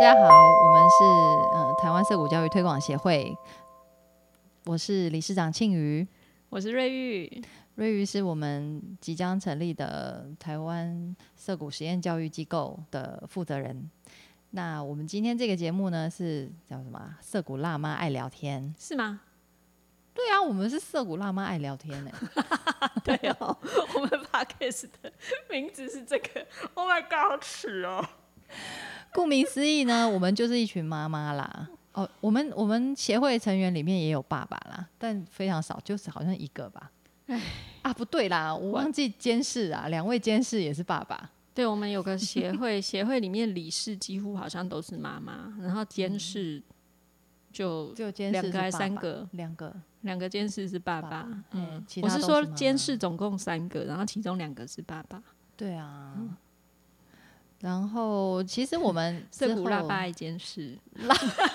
家好，我们是台湾色谷教育推广协会，我是理事长庆瑜， 我是瑞玉。 瑞玉是我们即将成立的台湾色谷实验教育机构的负责人。那我们今天这个节目呢是叫什么？色谷辣妈爱聊天， 是吗？ 对啊，我们是色谷辣妈爱聊天欸对哦，我们 podcast 的名字是这个。Oh my god， 好耻哦！ 顾名思义呢，我们就是一群妈妈啦。哦，我们协会成员里面也有爸爸啦，但非常少，就是好像一个吧。啊，不对啦，我忘记监事啊，2位监事也是爸爸。 对，我们有个协会，协会里面理事几乎好像都是妈妈，然后监事就监事 2个还是3个 ，2个监事是爸爸。 其他都是我是说妈妈监事总共3个，然后其中2个是爸爸。 对啊。然后其实我们色谷辣爸爱监事， 辣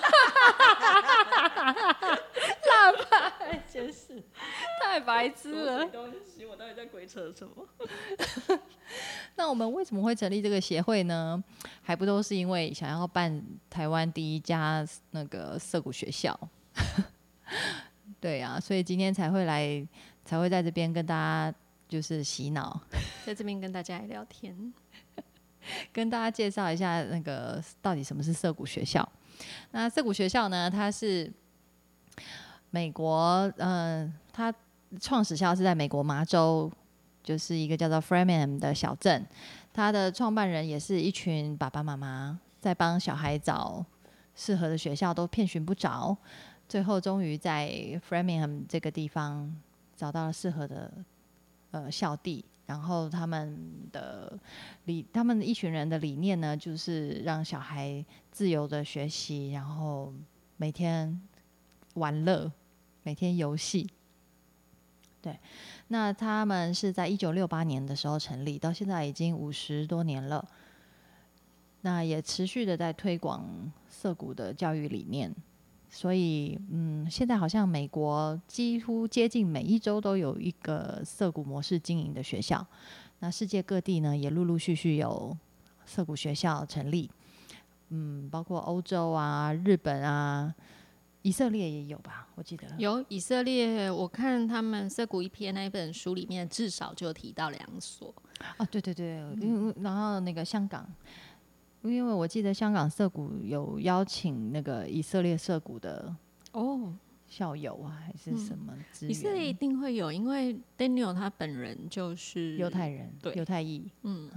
爸爱监事，太白痴了。 东西我到底在鬼扯什么？ 那我们为什么会成立这个协会呢？还不都是因为想要办台湾第一家那个色谷学校？对啊，所以今天才会在这边跟大家就是洗脑， 在这边跟大家来聊天。 跟大家介绍一下那个到底什么是色谷学校。那色谷学校呢，它是美国，它创始校是在美国麻州，就是一个叫做 Framingham 的小镇。它的创办人也是一群爸爸妈妈在帮小孩找适合的学校，都遍寻不着，最后终于在 Framingham 这个地方找到了适合的校地。然后他们一群人的理念呢，就是让小孩自由的学习，然后每天玩乐，每天游戏。对，那他们是在1968年的时候成立，到现在已经50多年了。那也持续的在推广色谷的教育理念。所以，现在好像美国几乎接近每一州都有一个色谷模式经营的学校。那世界各地呢，也陆陆续续有色谷学校成立。包括欧洲啊、日本啊、以色列也有吧？我记得有以色列，我看他们色谷一篇那一本书里面至少就提到2所。 哦，对对对，然后那个香港。因为我记得香港色谷有邀请那个以色列色谷的校友啊，还是什么资源？ 以色列一定会有，因为 Daniel 他本人就是犹太人， 对， 犹太裔。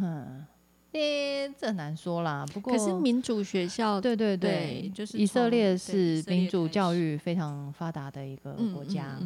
这难说啦。不过可是民主学校， 对对对， 就是以色列是民主教育非常发达的一个国家。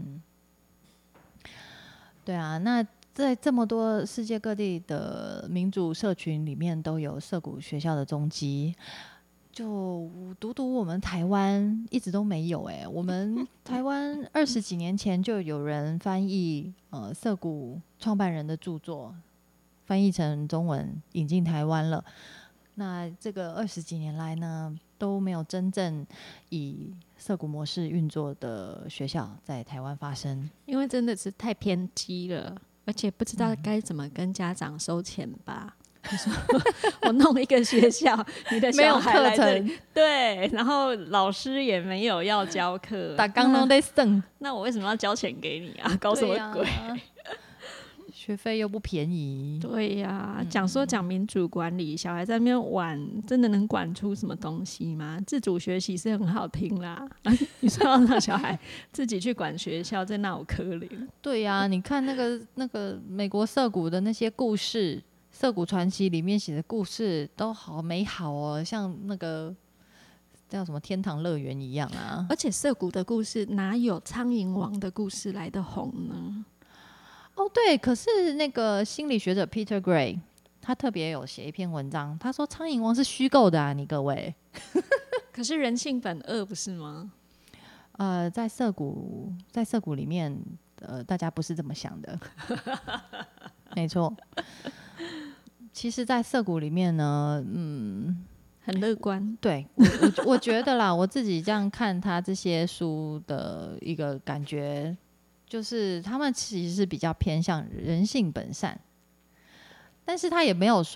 对啊，那在这么多世界各地的民主社群里面，都有色谷学校的踪迹。就独我们台湾一直都没有我们台湾20几年前就有人翻译色谷创办人的著作，翻译成中文引进台湾了。那这个20几年来呢，都没有真正以色谷模式运作的学校在台湾发生， 因为真的是太偏激了，而且不知道该怎么跟家长收钱吧。我弄一个学校，你的小孩来这里，没有课程，对，然后老师也没有要教课， 大家都在省， 那我为什么要交钱给你啊？搞什么鬼？ 学费又不便宜。 对呀，讲民主管理，小孩在那边玩，真的能管出什么东西吗？自主学习是很好听啦，你说要让小孩自己去管学校，这哪有可怜？ 对呀，你看那个美国色谷的那些故事，色谷传奇里面写的故事都好美好哦，像那个叫什么天堂乐园一样啊。 而且色谷的故事哪有苍蝇王的故事来得红呢？ 哦，对，可是那个心理学者 Peter Gray 他特别有写一篇文章，他说苍蝇王是虚构的啊，你各位。 可是人性本恶，不是吗？ 在色谷里面，大家不是这么想的。没错。其实，在色谷里面呢， 很乐观。 对，我觉得啦，我自己这样看他这些书的一个感觉。就是他们其实是比较偏向人性本善，但是他也没有说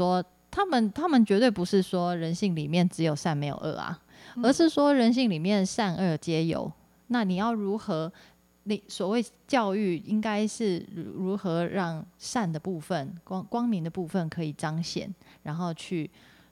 他们绝对不是说人性里面只有善没有恶啊，而是说人性里面善恶皆有。那你要如何？你所谓教育应该是如何让善的部分、光明的部分可以彰显，然后去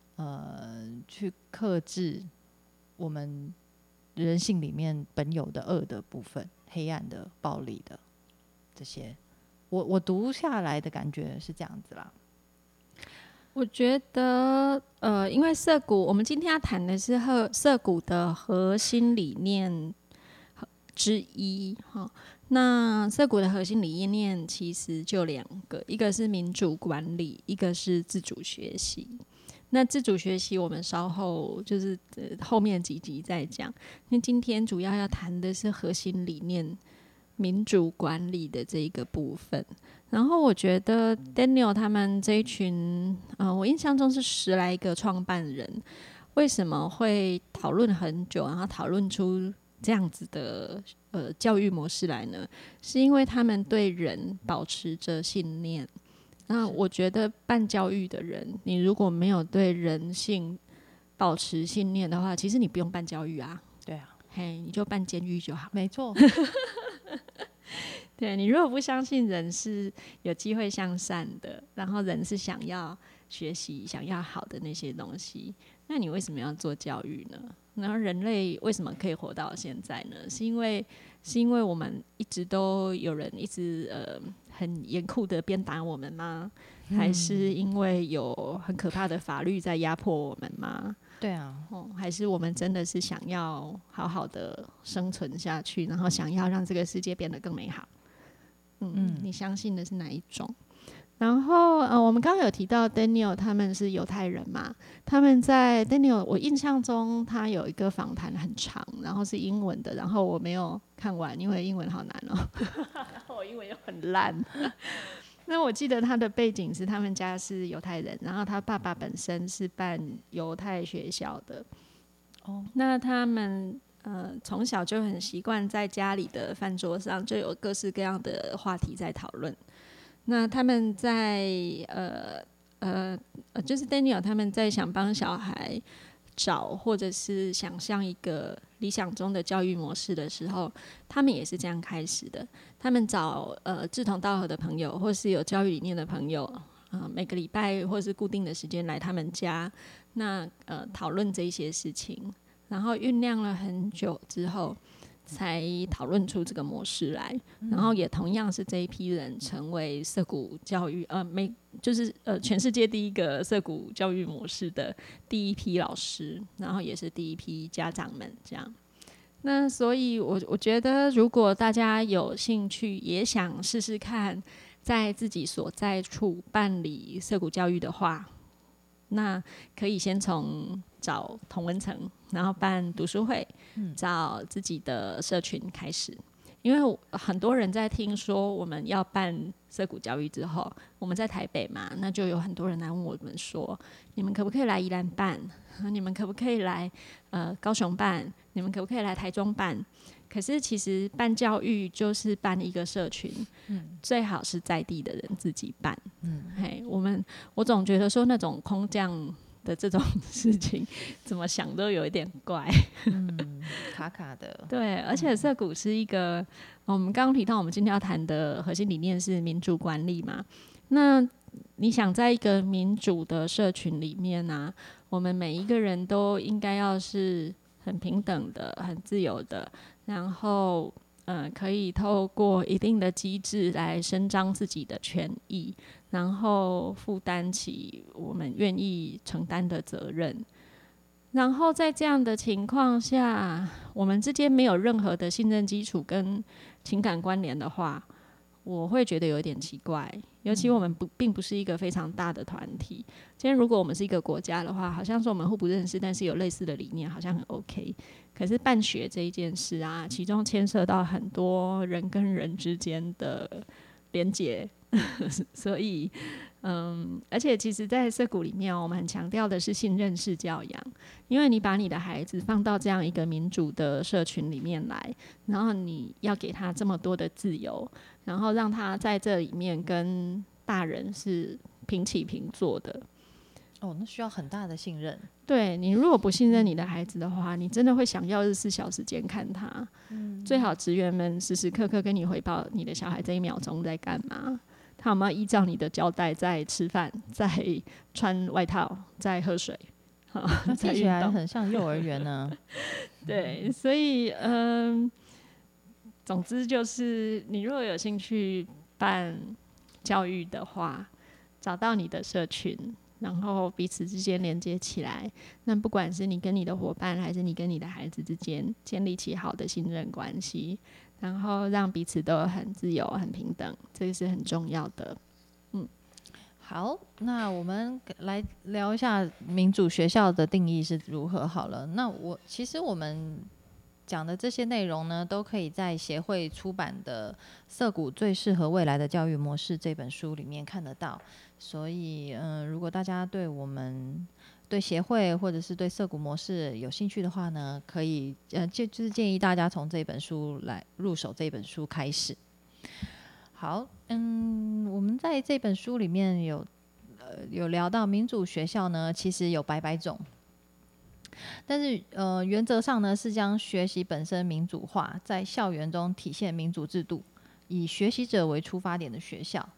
克制我们人性里面本有的恶的部分、黑暗的、暴力的这些。我读下来的感觉是这样子啦。 我觉得，因为涉谷，我们今天要谈的是涉谷的核心理念之一哈。那涉谷的核心理念其实就2个，一个是民主管理，一个是自主学习。那自主学习我们稍后就是后面几集再讲，因为今天主要要谈的是核心理念民主管理的这一个部分。然后我觉得 Daniel 他们这一群我印象中是10来个创办人，为什么会讨论很久，然后讨论出这样子的教育模式来呢？是因为他们对人保持着信念。那我觉得办教育的人，你如果没有对人性保持信念的话，其实你不用办教育啊。 对啊， 嘿，你就办监狱就好。 没错。 对，你如果不相信人是有机会向善的，然后人是想要学习、想要好的那些东西，那你为什么要做教育呢？然后人类为什么可以活到现在呢？是因为我们一直都有人一直很严酷的鞭打我们吗？还是因为有很可怕的法律在压迫我们吗？ 对啊， 还是我们真的是想要好好的生存下去，然后想要让这个世界变得更美好？你相信的是哪一种？然后我们刚刚有提到 Daniel 他们是犹太人嘛，他们在 Daniel 我印象中他有一个访谈很长，然后是英文的，然后我没有看完，因为英文好难然后我英文又很烂那我记得他的背景是他们家是犹太人，然后他爸爸本身是办犹太学校的。那他们从小就很习惯在家里的饭桌上就有各式各样的话题在讨论。那他们在就是 Daniel 他们在想帮小孩找或者是想象一个理想中的教育模式的时候，他们也是这样开始的。他们找志同道合的朋友或是有教育理念的朋友每个礼拜或是固定的时间来他们家，那讨论这些事情，然后酝酿了很久之后才讨论出这个模式来，然后也同样是这一批人成为涉谷教育就是全世界第一个涉谷教育模式的第一批老师，然后也是第一批家长们这样。那所以我觉得如果大家有兴趣也想试试看在自己所在处办理涉谷教育的话，那可以先从找同温层，然后办读书会，找自己的社群开始。因为很多人在听说我们要办涉谷教育之后，我们在台北嘛，那就有很多人来问我们说，你们可不可以来宜兰办？你们可不可以来高雄办？你们可不可以来台中办？可是其实办教育就是办一个社群，最好是在地的人自己办。我总觉得说那种空降的这种事情，怎么想都有一点怪， 卡卡的。 对，而且涉谷是一个，我们刚刚提到我们今天要谈的核心理念是民主管理嘛。那你想在一个民主的社群里面啊，我们每一个人都应该要是很平等的、很自由的，然后可以透过一定的机制来伸张自己的权益，然后负担起我们愿意承担的责任。然后在这样的情况下，我们之间没有任何的信任基础跟情感关联的话，我会觉得有点奇怪。尤其我们并不是一个非常大的团体。今天如果我们是一个国家的话，好像说我们互不认识，但是有类似的理念，好像很 OK。可是办学这一件事啊，其中牵涉到很多人跟人之间的连结，所以而且其实在涉谷里面我们很强调的是信任式教养。因为你把你的孩子放到这样一个民主的社群里面来，然后你要给他这么多的自由，然后让他在这里面跟大人是平起平坐的， 哦，那需要很大的信任。 对，你如果不信任你的孩子的话，你真的会想要24小时监看他。最好职员们时时刻刻跟你回报你的小孩这1秒钟在干嘛，他有没有依照你的交代在吃饭，在穿外套，在喝水。 那听起来很像幼儿园呢。 对，所以总之就是你如果有兴趣办教育的话，找到你的社群，然后彼此之间连接起来，那不管是你跟你的伙伴还是你跟你的孩子之间建立起好的信任关系，然后让彼此都很自由很平等，这个是很重要的。 好，那我们来聊一下民主学校的定义是如何好了。那其实我们讲的这些内容呢，都可以在协会出版的《涩谷最适合未来的教育模式》这本书里面看得到。所以，如果大家对我们对协会或者是对涩谷模式有兴趣的话呢，可以就是建议大家从这本书来入手，这本书开始。好，我们在这本书里面有聊到民主学校呢，其实有百百种，但是原则上呢是将学习本身民主化，在校园中体现民主制度，以学习者为出发点的学校。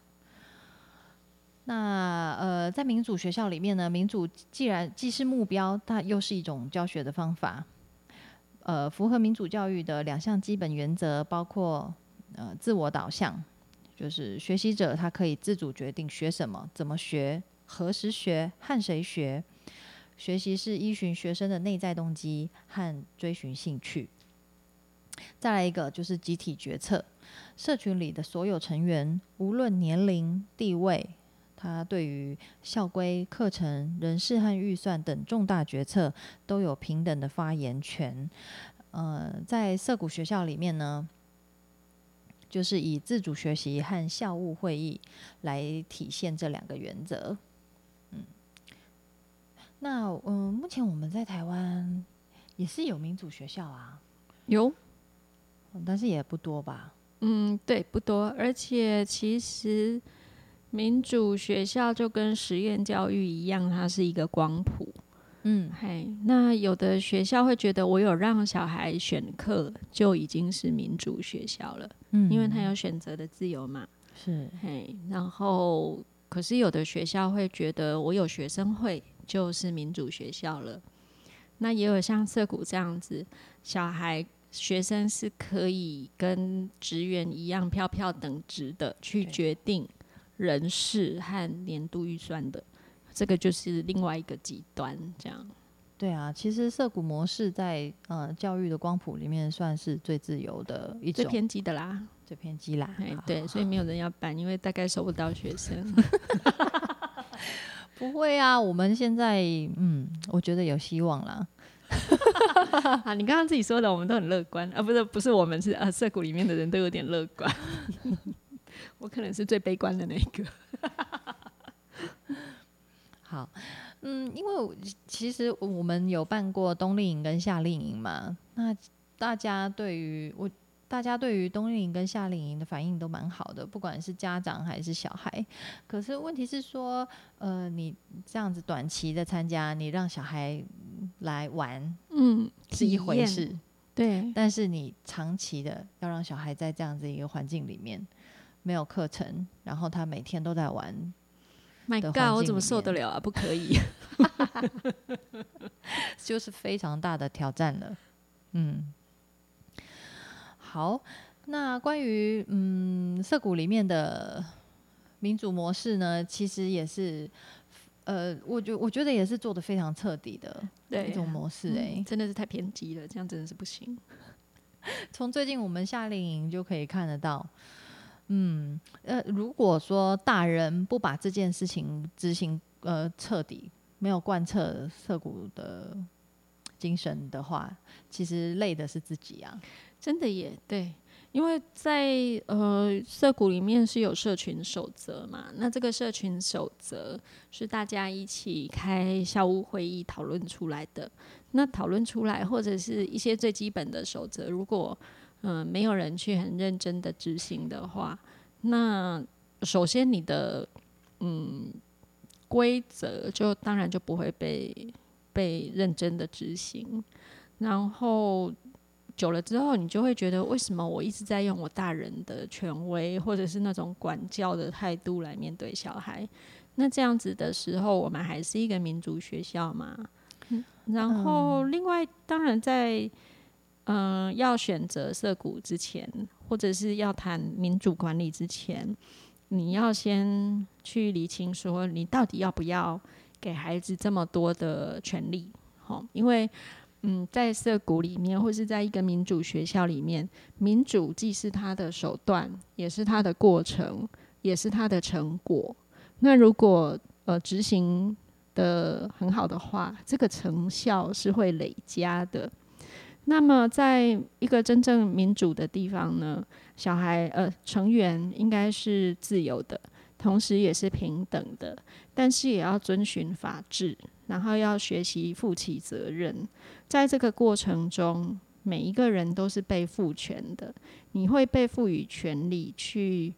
那在民主学校里面呢，民主既是目标，它又是一种教学的方法。符合民主教育的2项基本原则，包括自我导向。就是学习者他可以自主决定学什么、怎么学、何时学、和谁学。学习是依循学生的内在动机和追寻兴趣。再来一个就是集体决策，社群里的所有成员，无论年龄、地位，他对于校规、课程、人事和预算等重大决策都有平等的发言权。在涩谷学校里面呢，就是以自主学习和校务会议来体现这2个原则。那目前我们在台湾也是有民主学校啊， 有， 但是也不多吧？ 对，不多。而且其实民主学校就跟实验教育一样，它是一个光谱。那有的学校会觉得我有让小孩选课就已经是民主学校了，因为他有选择的自由嘛。 是， 然后可是有的学校会觉得我有学生会就是民主学校了。那也有像涩谷这样子，学生是可以跟职员一样票票等值的去决定人事和年度预算的。这个就是另外一个极端，这样。 对啊，其实涩谷模式在教育的光谱里面算是最自由的一种， 最偏激的啦， 最偏激啦。 对，所以没有人要办，因为大概收不到学生。 不会啊，我们现在我觉得有希望啦。 啊，你刚刚自己说的，我们都很乐观啊，不是我们是涩谷里面的人都有点乐观。我可能是最悲观的那个。 好，因为其实我们有办过冬令营跟夏令营嘛，那大家对于冬令营跟夏令营的反应都蛮好的，不管是家长还是小孩。可是问题是说，你这样子短期的参加，你让小孩来玩，是一回事， 对。 但是你长期的要让小孩在这样子一个环境里面，没有课程，然后他每天都在玩。 My God， 我怎么受得了啊？不可以， 就是非常大的挑战了。好，那关于涩谷里面的民主模式呢，其实也是我觉得也是做得非常彻底的一种模式。 真的是太偏激了，这样真的是不行。 从最近我们夏令营就可以看得到。如果说大人不把这件事情执行彻底，没有贯彻涩谷的精神的话，其实累的是自己啊。 真的也对，因为在涩谷里面是有社群守则嘛，那这个社群守则是大家一起开校务会议讨论出来的。那讨论出来或者是一些最基本的守则，如果没有人去很认真的执行的话，那首先你的规则就当然就不会被认真的执行，然后久了之后，你就会觉得为什么我一直在用我大人的权威或者是那种管教的态度来面对小孩？那这样子的时候，我们还是一个民主学校嘛？然后另外，当然在要选择社谷之前，或者是要谈民主管理之前，你要先去厘清说，你到底要不要给孩子这么多的权利？因为在社谷里面，或是在一个民主学校里面，民主既是它的手段，也是它的过程，也是它的成果。那如果执行的很好的话，这个成效是会累加的。那么在一个真正民主的地方呢，小孩成员应该是自由的，同时也是平等的，但是也要遵循法治，然后要学习负起责任。在这个过程中，每一个人都是被赋权的，你会被赋予权利去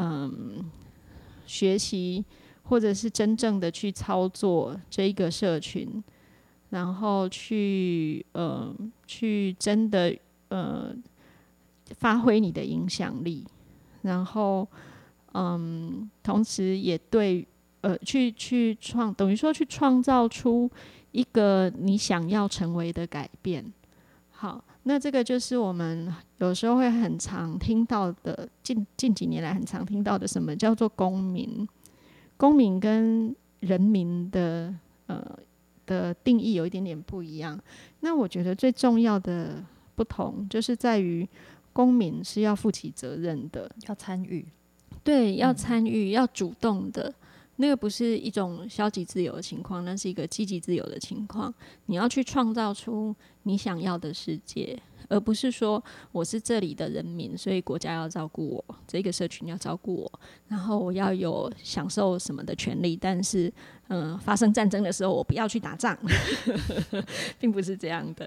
学习，或者是真正的去操作这一个社群，然后去真的发挥你的影响力，然后同时也对等于说去创造出一个你想要成为的改变。好，那这个就是我们有时候会很常听到的，近几年来很常听到的，什么叫做公民？公民跟人民的定义有一点点不一样。那我觉得最重要的不同就是在于，公民是要负起责任的， 要参与， 对，要参与，要主动的。那个不是一种消极自由的情况，那是一个积极自由的情况。你要去创造出你想要的世界，而不是说我是这里的人民，所以国家要照顾我，这个社群要照顾我，然后我要有享受什么的权利，但是发生战争的时候我不要去打仗并不是这样的。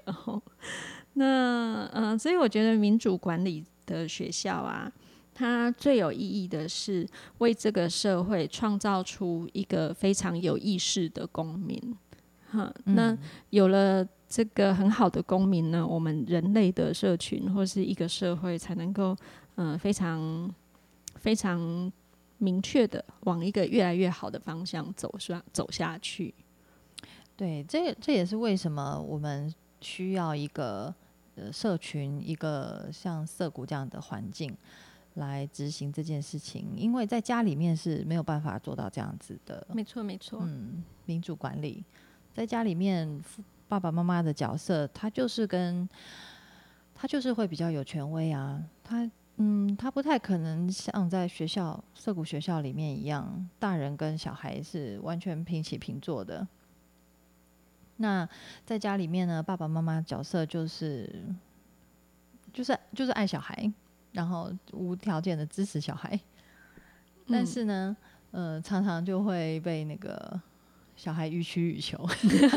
那所以我觉得民主管理的学校啊，它最有意义的是为这个社会创造出一个非常有意识的公民。那有了这个很好的公民呢，我们人类的社群或是一个社会才能够非常非常明确的往一个越来越好的方向走下去。 对，这也是为什么我们需要一个社群，一个像社谷这样的环境来执行这件事情，因为在家里面是没有办法做到这样子的。 没错没错， 民主管理在家里面，爸爸妈妈的角色，他就是会比较有权威啊，他不太可能像在社谷学校里面一样，大人跟小孩是完全平起平坐的。那在家里面呢，爸爸妈妈角色就是爱小孩，然后无条件的支持小孩，但是呢，常常就会被那个小孩予取予求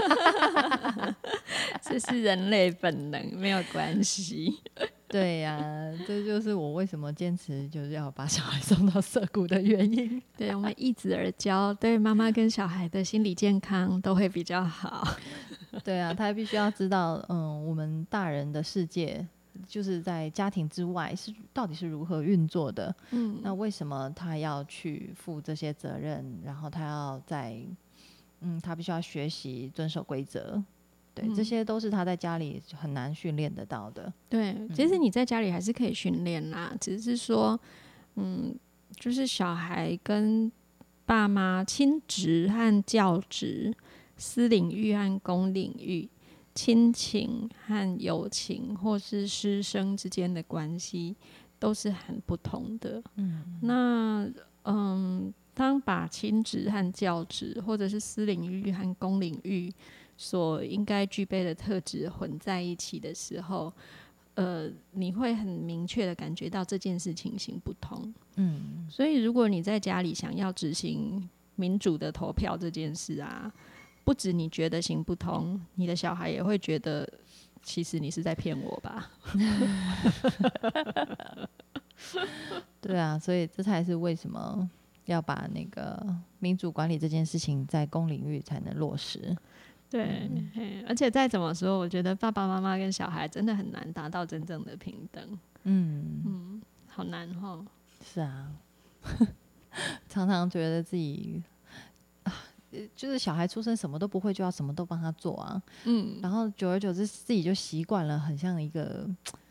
这是人类本能，没有关系。 对呀，这就是我为什么坚持就是要把小孩送到社谷的原因。 对，我们易子而教，对妈妈跟小孩的心理健康都会比较好。 对啊，他必须要知道，我们大人的世界就是在家庭之外到底是如何运作的。那为什么他要去负这些责任？然后他要他必须要学习遵守规则。对，这些都是他在家里很难训练得到的。 对，其实你在家里还是可以训练啦，只是说，就是小孩跟爸妈亲职和教职、私领域和公领域、亲情和友情或是师生之间的关系都是很不同的。那当把亲职和教职或者是私领域和公领域所应该具备的特质混在一起的时候，你会很明确的感觉到这件事情行不通。所以如果你在家里想要执行民主的投票这件事啊，不止你觉得行不通，你的小孩也会觉得其实你是在骗我吧。对啊，所以这才是为什么要把那个民主管理这件事情在公领域才能落实。 对，而且再怎么说，我觉得爸爸妈妈跟小孩真的很难达到真正的平等。好难哦。 是啊，常常觉得自己就是小孩出生什么都不会，就要什么都帮他做啊。然后久而久之，自己就习惯了，很像一个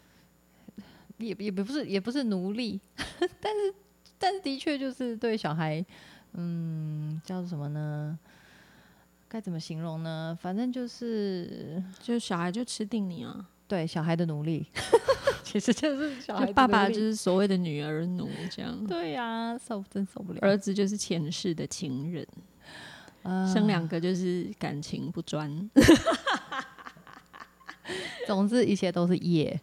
也不是奴隶，但是的确就是对小孩，叫做什么呢？该怎么形容呢？反正就是小孩就吃定你啊。 对小孩的奴隶，其实就是小孩的奴隶， 爸爸就是所谓的女儿奴这样。 对呀，真受不了。 儿子就是前世的情人，生2个就是感情不专。 总之一切都是业。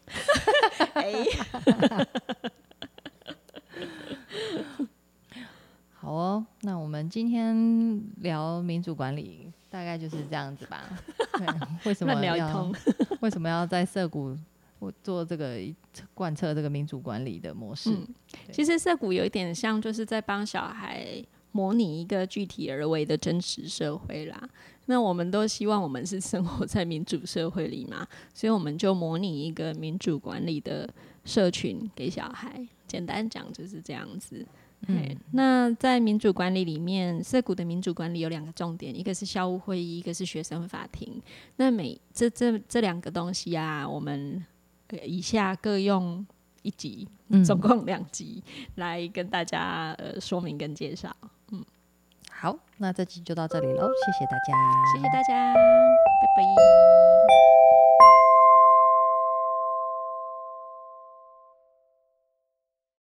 好哦，那我们今天聊民主管理大概就是这样子吧。为什么聊一通？ 为什么要在涩谷做这个贯彻这个民主管理的模式？ 其实涩谷有一点像，就是在帮小孩模拟一个具体而为的真实社会啦。那我们都希望我们是生活在民主社会里嘛，所以我们就模拟一个民主管理的社群给小孩。简单讲就是这样子。那在民主管理里面，涩谷的民主管理有2个重点，一个是校务会议，一个是学生法庭。那这2个东西啊，我们以下各用1集，总共2集来跟大家说明跟介绍。 好，那这集就到这里喽，谢谢大家， 谢谢大家，拜拜。